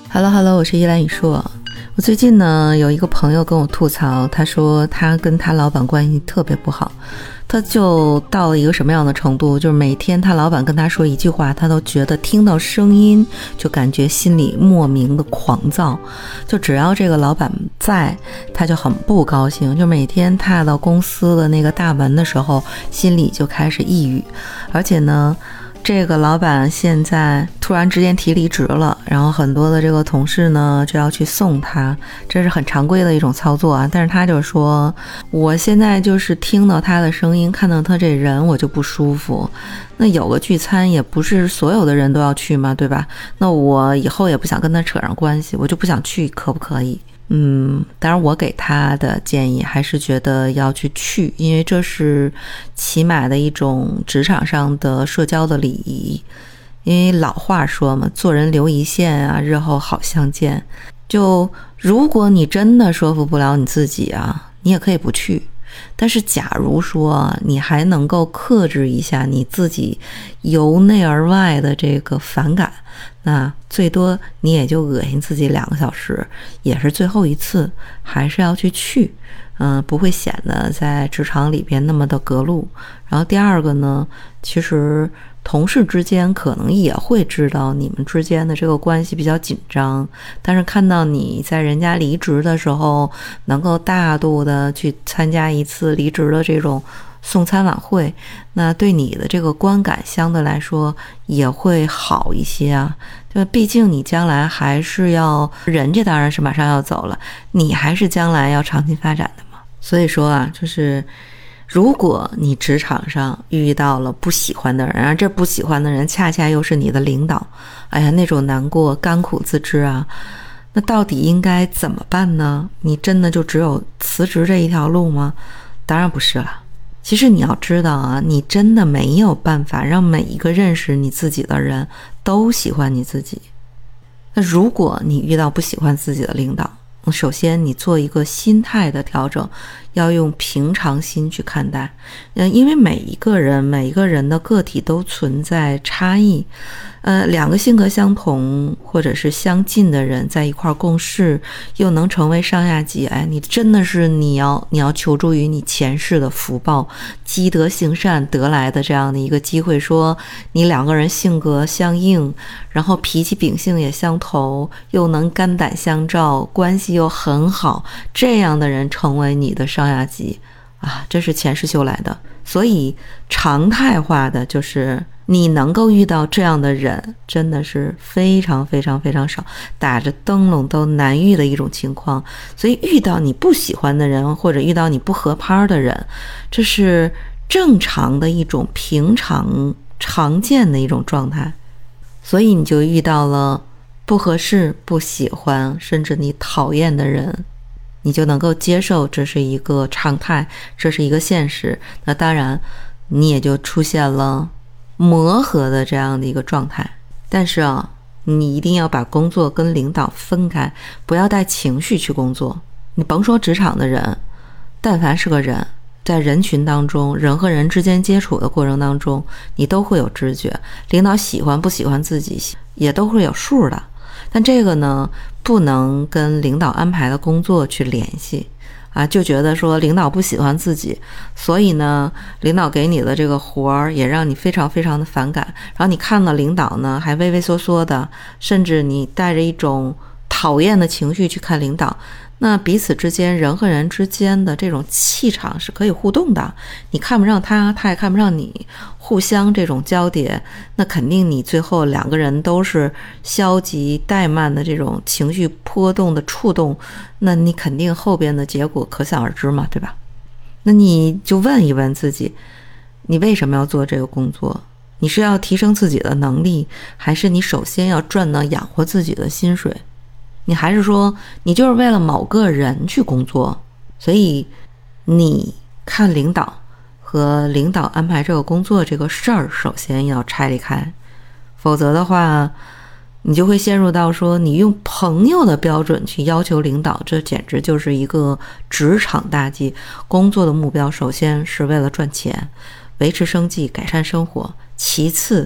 Hello， 我是依兰雨硕。我最近呢有一个朋友跟我吐槽，他说他跟他老板关系特别不好，他就到了一个什么样的程度，就是每天他老板跟他说一句话，他都觉得听到声音就感觉心里莫名的狂躁，就只要这个老板在，他就很不高兴，就每天踏到公司的那个大门的时候，心里就开始抑郁。而且呢这个老板现在突然之间提离职了，然后很多的这个同事呢就要去送他，这是很常规的一种操作啊。但是他就说，我现在就是听到他的声音，看到他这人我就不舒服。那有个聚餐也不是所有的人都要去嘛，对吧？那我以后也不想跟他扯上关系，我就不想去，可不可以？当然我给他的建议还是觉得要去，因为这是起码的一种职场上的社交的礼仪。因为老话说嘛，做人留一线啊，日后好相见。就如果你真的说服不了你自己啊，你也可以不去。但是假如说你还能够克制一下你自己由内而外的这个反感，那最多你也就恶心自己2个小时，也是最后一次，还是要去，不会显得在职场里边那么的隔路。然后第二个呢，其实同事之间可能也会知道你们之间的这个关系比较紧张，但是看到你在人家离职的时候能够大度的去参加一次离职的这种送餐晚会，那对你的这个观感相对来说也会好一些啊。就毕竟你将来还是要，人家当然是马上要走了，你还是将来要长期发展的嘛。所以说啊，就是如果你职场上遇到了不喜欢的人，而这不喜欢的人恰恰又是你的领导，哎呀，那种难过甘苦自知啊。那到底应该怎么办呢？你真的就只有辞职这一条路吗？当然不是了。其实你要知道啊，你真的没有办法让每一个认识你自己的人都喜欢你自己。那如果你遇到不喜欢自己的领导，首先你做一个心态的调整，要用平常心去看待。因为每一个人的个体都存在差异。2个性格相同或者是相近的人在一块共事，又能成为上下级，哎，你真的是你要求助于你前世的福报，积德行善得来的这样的一个机会，说你2个人性格相应，然后脾气秉性也相投，又能肝胆相照，关系又很好，这样的人成为你的上下级啊，这是前世修来的。所以常态化的就是你能够遇到这样的人真的是非常非常非常少，打着灯笼都难遇的一种情况。所以遇到你不喜欢的人，或者遇到你不合拍的人，这是正常的一种平常常见的一种状态。所以你就遇到了不合适、不喜欢甚至你讨厌的人，你就能够接受这是一个常态，这是一个现实。那当然你也就出现了磨合的这样的一个状态。但是啊，你一定要把工作跟领导分开，不要带情绪去工作。你甭说职场的人，但凡是个人，在人群当中，人和人之间接触的过程当中，你都会有知觉，领导喜欢不喜欢自己也都会有数的。但这个呢，不能跟领导安排的工作去联系啊，就觉得说领导不喜欢自己，所以呢，领导给你的这个活儿也让你非常非常的反感，然后你看到领导呢还畏畏缩缩的，甚至你带着一种讨厌的情绪去看领导。那彼此之间，人和人之间的这种气场是可以互动的，你看不上他，他也看不上你，互相这种交叠，那肯定你最后2个人都是消极怠慢的这种情绪波动的触动，那你肯定后边的结果可想而知嘛，对吧？那你就问一问自己，你为什么要做这个工作？你是要提升自己的能力，还是你首先要赚到养活自己的薪水？你还是说你就是为了某个人去工作？所以你看领导和领导安排这个工作这个事儿，首先要拆离开，否则的话你就会陷入到说你用朋友的标准去要求领导，这简直就是一个职场大忌。工作的目标首先是为了赚钱，维持生计，改善生活，其次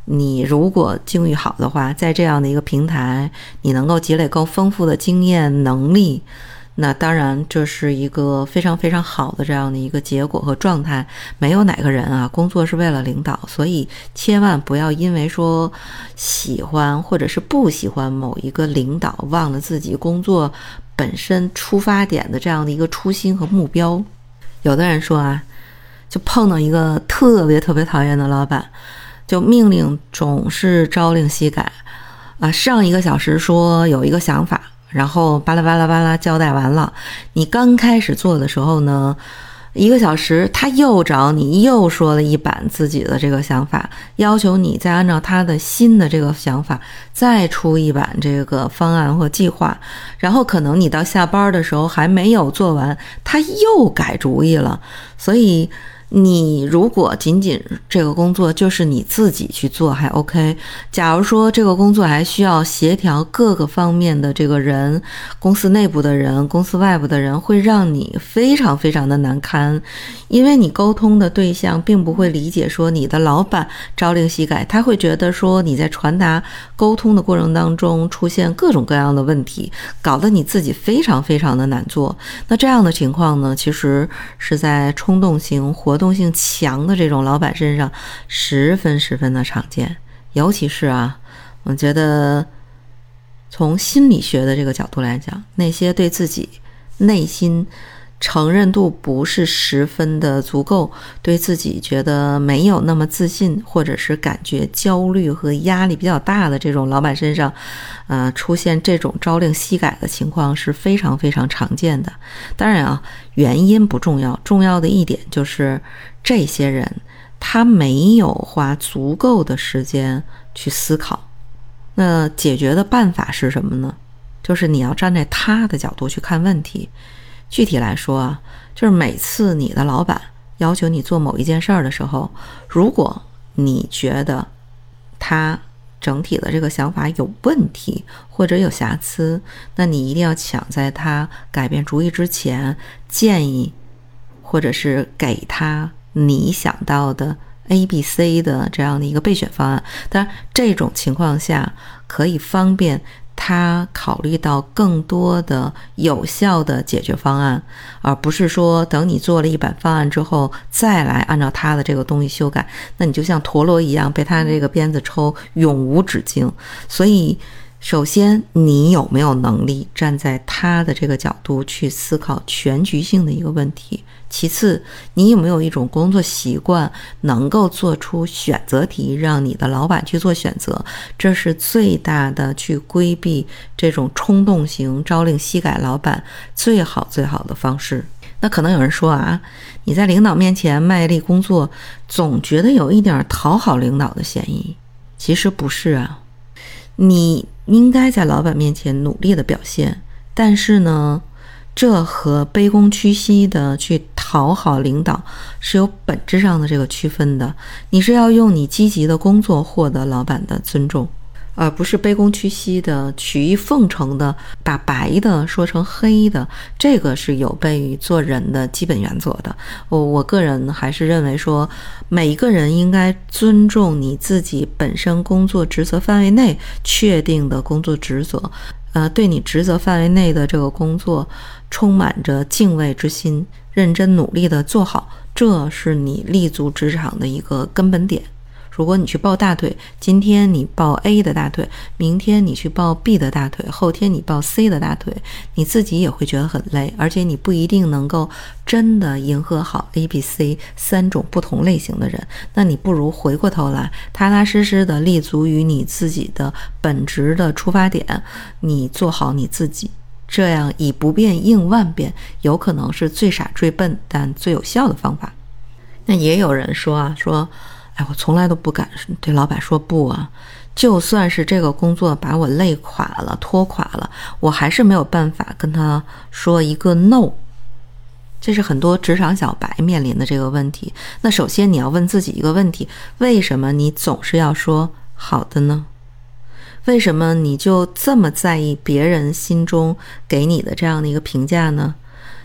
你如果境遇好的话，在这样的一个平台，你能够积累更丰富的经验能力，那当然这是一个非常非常好的这样的一个结果和状态。没有哪个人啊工作是为了领导，所以千万不要因为说喜欢或者是不喜欢某一个领导，忘了自己工作本身出发点的这样的一个初心和目标。有的人说啊，就碰到一个特别特别讨厌的老板，就命令总是朝令夕改啊，上1个小时说有一个想法，然后巴拉巴拉巴拉交代完了，你刚开始做的时候呢，1个小时他又找你又说了一版自己的这个想法，要求你再按照他的新的这个想法再出一版这个方案或计划，然后可能你到下班的时候还没有做完，他又改主意了。所以你如果仅仅这个工作就是你自己去做还 OK， 假如说这个工作还需要协调各个方面的这个人，公司内部的人，公司外部的人，会让你非常非常的难堪。因为你沟通的对象并不会理解说你的老板朝令夕改，他会觉得说你在传达沟通的过程当中出现各种各样的问题，搞得你自己非常非常的难做。那这样的情况呢，其实是在冲动型活动性强的这种老板身上十分十分的常见。尤其是啊，我觉得从心理学的这个角度来讲，那些对自己内心承认度不是十分的足够，对自己觉得没有那么自信，或者是感觉焦虑和压力比较大的这种老板身上出现这种朝令夕改的情况是非常非常常见的。当然啊，原因不重要，重要的一点就是这些人他没有花足够的时间去思考。那解决的办法是什么呢？就是你要站在他的角度去看问题。具体来说啊，就是每次你的老板要求你做某一件事儿的时候，如果你觉得他整体的这个想法有问题或者有瑕疵，那你一定要抢在他改变主意之前，建议或者是给他你想到的 ABC 的这样的一个备选方案。当然这种情况下可以方便他考虑到更多的有效的解决方案，而不是说等你做了一版方案之后再来按照他的这个东西修改，那你就像陀螺一样被他这个鞭子抽，永无止境。所以首先你有没有能力站在他的这个角度去思考全局性的一个问题，其次你有没有一种工作习惯能够做出选择题让你的老板去做选择，这是最大的去规避这种冲动型朝令夕改老板最好最好的方式。那可能有人说啊，你在领导面前卖力工作总觉得有一点讨好领导的嫌疑。其实不是啊，你应该在老板面前努力的表现，但是呢，这和卑躬屈膝的去讨好领导是有本质上的这个区分的。你是要用你积极的工作获得老板的尊重，而不是卑躬屈膝的曲意奉承的把白的说成黑的，这个是有悖于做人的基本原则的。我个人还是认为说，每一个人应该尊重你自己本身工作职责范围内确定的工作职责，对你职责范围内的这个工作充满着敬畏之心，认真努力的做好，这是你立足职场的一个根本点。如果你去抱大腿，今天你抱 A 的大腿，明天你去抱 B 的大腿，后天你抱 C 的大腿，你自己也会觉得很累，而且你不一定能够真的迎合好 A、B、C 3种不同类型的人。那你不如回过头来踏踏实实的立足于你自己的本职的出发点，你做好你自己，这样以不变应万变，有可能是最傻最笨但最有效的方法。那也有人说啊，我从来都不敢对老板说不啊，就算是这个工作把我累垮了拖垮了，我还是没有办法跟他说一个 no。 这是很多职场小白面临的这个问题。那首先你要问自己一个问题，为什么你总是要说好的呢？为什么你就这么在意别人心中给你的这样的一个评价呢？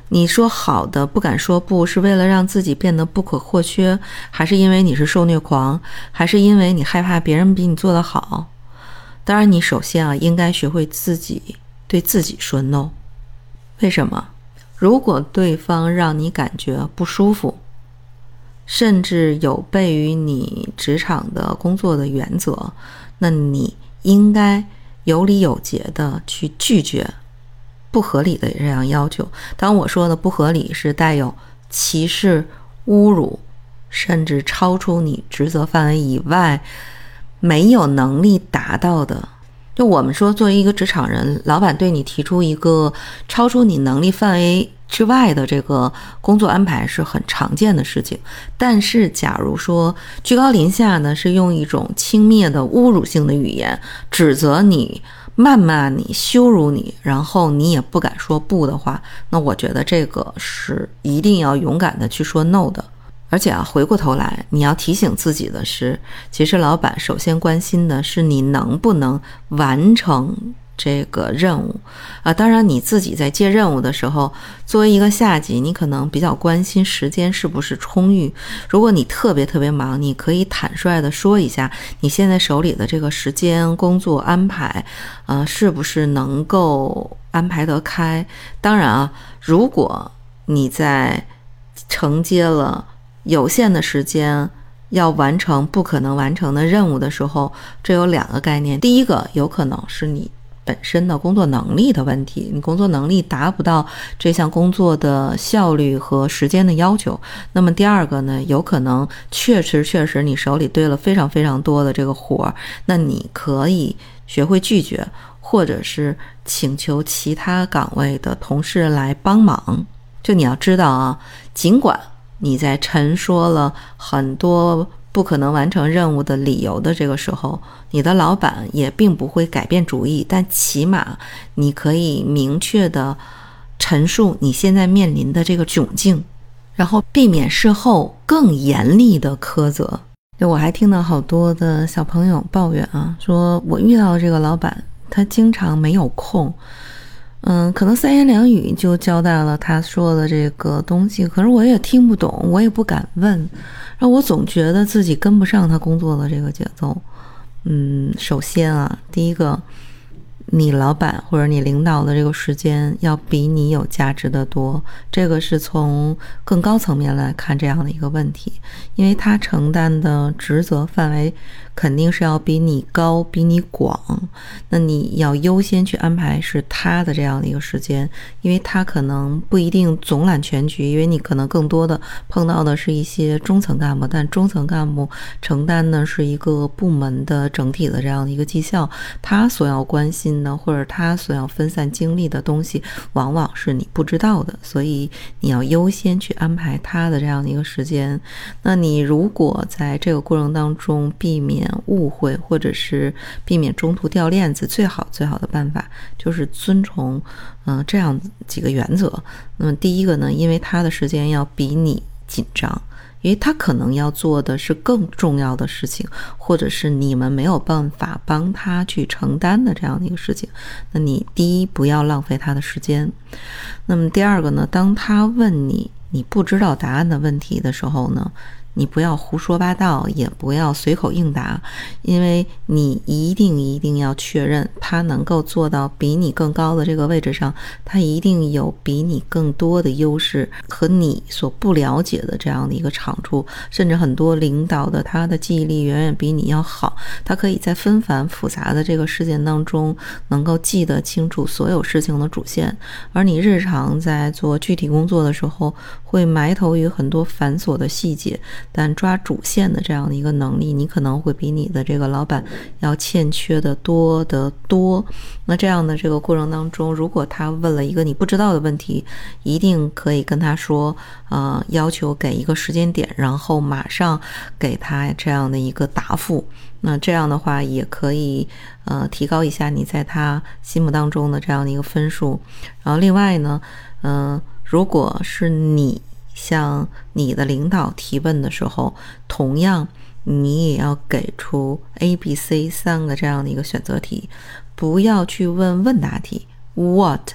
你说好的不敢说不，是为了让自己变得不可或缺，还是因为你是受虐狂，还是因为你害怕别人比你做得好？当然你首先应该学会对自己说 no。 为什么？如果对方让你感觉不舒服，甚至有悖于你职场的工作的原则，那你应该有理有节的去拒绝不合理的这样要求。当我说的不合理是带有歧视、侮辱，甚至超出你职责范围以外没有能力达到的。就我们说作为一个职场人，老板对你提出一个超出你能力范围之外的这个工作安排是很常见的事情，但是假如说居高临下呢，是用一种轻蔑的侮辱性的语言指责你、谩骂你、羞辱你，然后你也不敢说不的话，那我觉得这个是一定要勇敢的去说 no 的。而且回过头来你要提醒自己的是，其实老板首先关心的是你能不能完成这个任务当然你自己在接任务的时候，作为一个下级，你可能比较关心时间是不是充裕。如果你特别忙，你可以坦率的说一下你现在手里的这个时间工作安排是不是能够安排得开。当然如果你在承接了有限的时间要完成不可能完成的任务的时候，这有两个概念。第一个有可能是你本身的工作能力的问题，你工作能力达不到这项工作的效率和时间的要求。那么第二个呢，有可能确实你手里堆了非常多的这个活，那你可以学会拒绝，或者是请求其他岗位的同事来帮忙。就你要知道尽管你在陈说了很多不可能完成任务的理由的这个时候，你的老板也并不会改变主意，但起码你可以明确的陈述你现在面临的这个窘境，然后避免事后更严厉的苛责。就我还听到好多的小朋友抱怨说我遇到这个老板他经常没有空，可能三言两语就交代了他说的这个东西，可是我也听不懂，我也不敢问，让我总觉得自己跟不上他工作的这个节奏。首先第一个，你老板或者你领导的这个时间要比你有价值的多，这个是从更高层面来看这样的一个问题，因为他承担的职责范围肯定是要比你高比你广，那你要优先去安排是他的这样的一个时间，因为他可能不一定总揽全局，因为你可能更多的碰到的是一些中层干部，但中层干部承担的是一个部门的整体的这样的一个绩效，他所要关心的或者他所要分散精力的东西往往是你不知道的，所以你要优先去安排他的这样的一个时间。那你如果在这个过程当中避免误会或者是避免中途掉链子，最好的办法就是遵从这样几个原则。那么第一个呢，因为他的时间要比你紧张，因为他可能要做的是更重要的事情，或者是你们没有办法帮他去承担的这样的一个事情，那你第一不要浪费他的时间。那么第二个呢，当他问你不知道答案的问题的时候呢，你不要胡说八道，也不要随口应答，因为你一定要确认他能够做到比你更高的这个位置上，他一定有比你更多的优势和你所不了解的这样的一个长处，甚至很多领导的他的记忆力远远比你要好，他可以在纷繁复杂的这个事件当中能够记得清楚所有事情的主线，而你日常在做具体工作的时候会埋头于很多繁琐的细节，但抓主线的这样的一个能力，你可能会比你的这个老板要欠缺的多得多。那这样的这个过程当中，如果他问了一个你不知道的问题，一定可以跟他说要求给一个时间点，然后马上给他这样的一个答复。那这样的话也可以提高一下你在他心目当中的这样的一个分数。然后另外呢如果是你向你的领导提问的时候，同样你也要给出 A、B、C 三个这样的一个选择题，不要去问问答题 What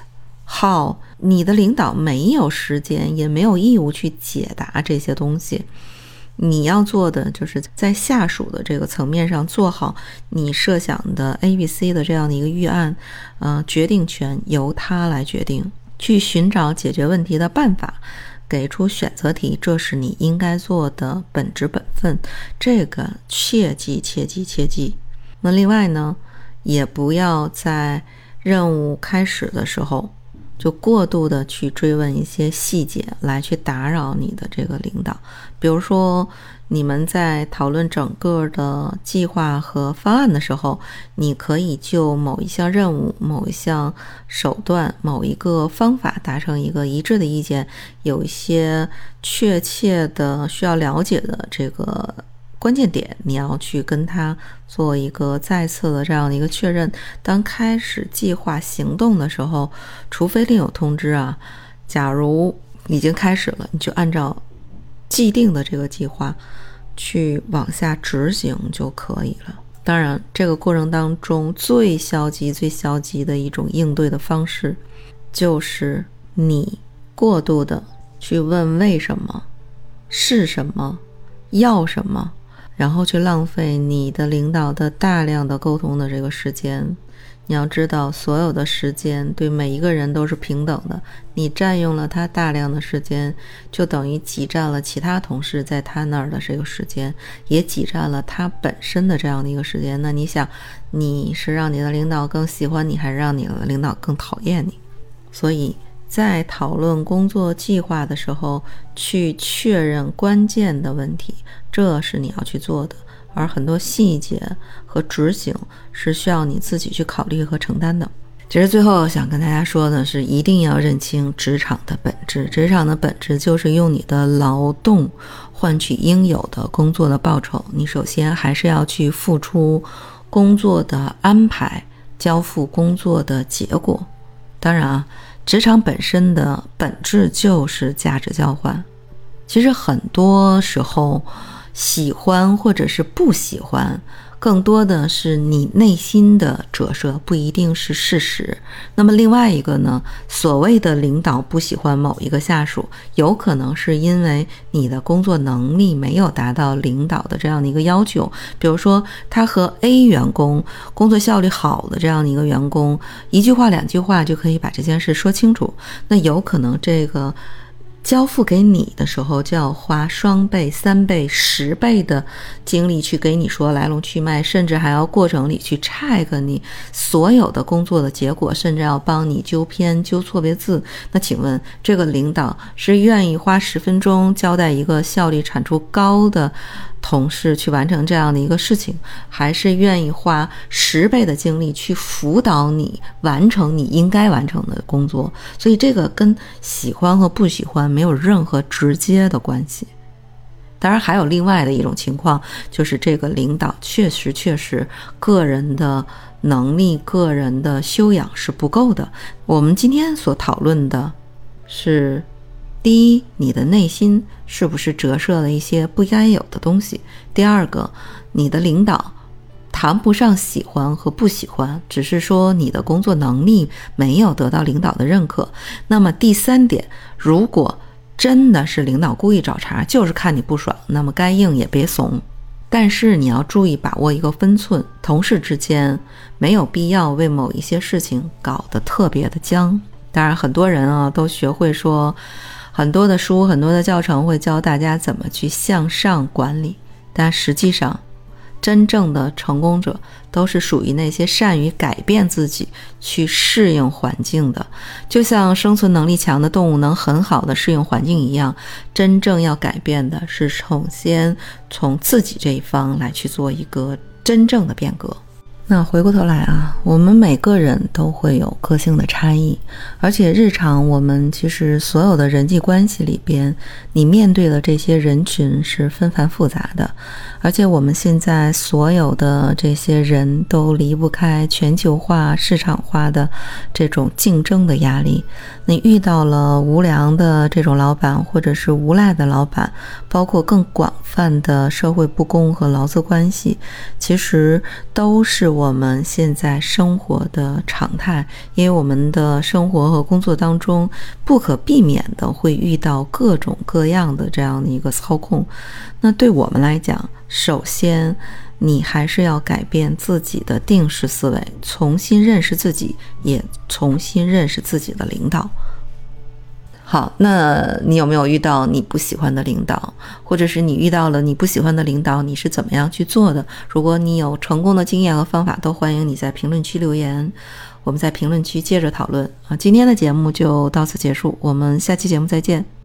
好，你的领导没有时间也没有义务去解答这些东西，你要做的就是在下属的这个层面上做好你设想的 ABC 的这样的一个预案，决定权由他来决定，去寻找解决问题的办法，给出选择题，这是你应该做的本职本分，这个切记切记切记。那另外呢，也不要在任务开始的时候就过度的去追问一些细节来去打扰你的这个领导。比如说你们在讨论整个的计划和方案的时候，你可以就某一项任务、某一项手段、某一个方法达成一个一致的意见，有一些确切的需要了解的这个关键点，你要去跟他做一个再次的这样的一个确认。当开始计划行动的时候，除非另有通知啊，假如已经开始了，你就按照既定的这个计划去往下执行就可以了。当然这个过程当中最消极的一种应对的方式，就是你过度的去问为什么、是什么、要什么，然后去浪费你的领导的大量的沟通的这个时间。你要知道所有的时间对每一个人都是平等的，你占用了他大量的时间，就等于挤占了其他同事在他那儿的这个时间，也挤占了他本身的这样的一个时间。那你想，你是让你的领导更喜欢你，还是让你的领导更讨厌你？所以在讨论工作计划的时候，去确认关键的问题，这是你要去做的。而很多细节和执行是需要你自己去考虑和承担的。其实最后想跟大家说的是，一定要认清职场的本质。职场的本质就是用你的劳动换取应有的工作的报酬。你首先还是要去付出工作的安排，交付工作的结果。当然啊，职场本身的本质就是价值交换。其实很多时候喜欢或者是不喜欢，更多的是你内心的折射，不一定是事实。那么另外一个呢，所谓的领导不喜欢某一个下属，有可能是因为你的工作能力没有达到领导的这样的一个要求。比如说他和 A 员工工作效率好的这样的一个员工，一句话两句话就可以把这件事说清楚，那有可能这个交付给你的时候就要花双倍、3倍、10倍的精力去给你说来龙去脉，甚至还要过程里去 check 你所有的工作的结果，甚至要帮你纠偏、纠错别字。那请问这个领导是愿意花10分钟交代一个效率产出高的同事去完成这样的一个事情，还是愿意花10倍的精力去辅导你完成你应该完成的工作？所以这个跟喜欢和不喜欢没有任何直接的关系。当然还有另外的一种情况，就是这个领导确实个人的能力、个人的修养是不够的。我们今天所讨论的是，第一，你的内心是不是折射了一些不该有的东西？第二个，你的领导谈不上喜欢和不喜欢，只是说你的工作能力没有得到领导的认可。那么第三点，如果真的是领导故意找茬，就是看你不爽，那么该硬也别怂。但是你要注意把握一个分寸，同事之间没有必要为某一些事情搞得特别的僵。当然很多人啊都学会说，很多的书、很多的教程会教大家怎么去向上管理，但实际上真正的成功者都是属于那些善于改变自己、去适应环境的。就像生存能力强的动物能很好的适应环境一样，真正要改变的是首先从自己这一方来去做一个真正的变革。那回过头来啊，我们每个人都会有个性的差异，而且日常我们其实所有的人际关系里边，你面对的这些人群是纷繁复杂的，而且我们现在所有的这些人都离不开全球化、市场化的这种竞争的压力。你遇到了无良的这种老板，或者是无赖的老板，包括更广泛的社会不公和劳资关系，其实都是我们现在生活的常态，因为我们的生活和工作当中不可避免的会遇到各种各样的这样的一个操控。那对我们来讲，首先你还是要改变自己的定式思维，重新认识自己，也重新认识自己的领导。好，那你有没有遇到你不喜欢的领导，或者是你遇到了你不喜欢的领导，你是怎么样去做的？如果你有成功的经验和方法，都欢迎你在评论区留言，我们在评论区接着讨论。今天的节目就到此结束，我们下期节目再见。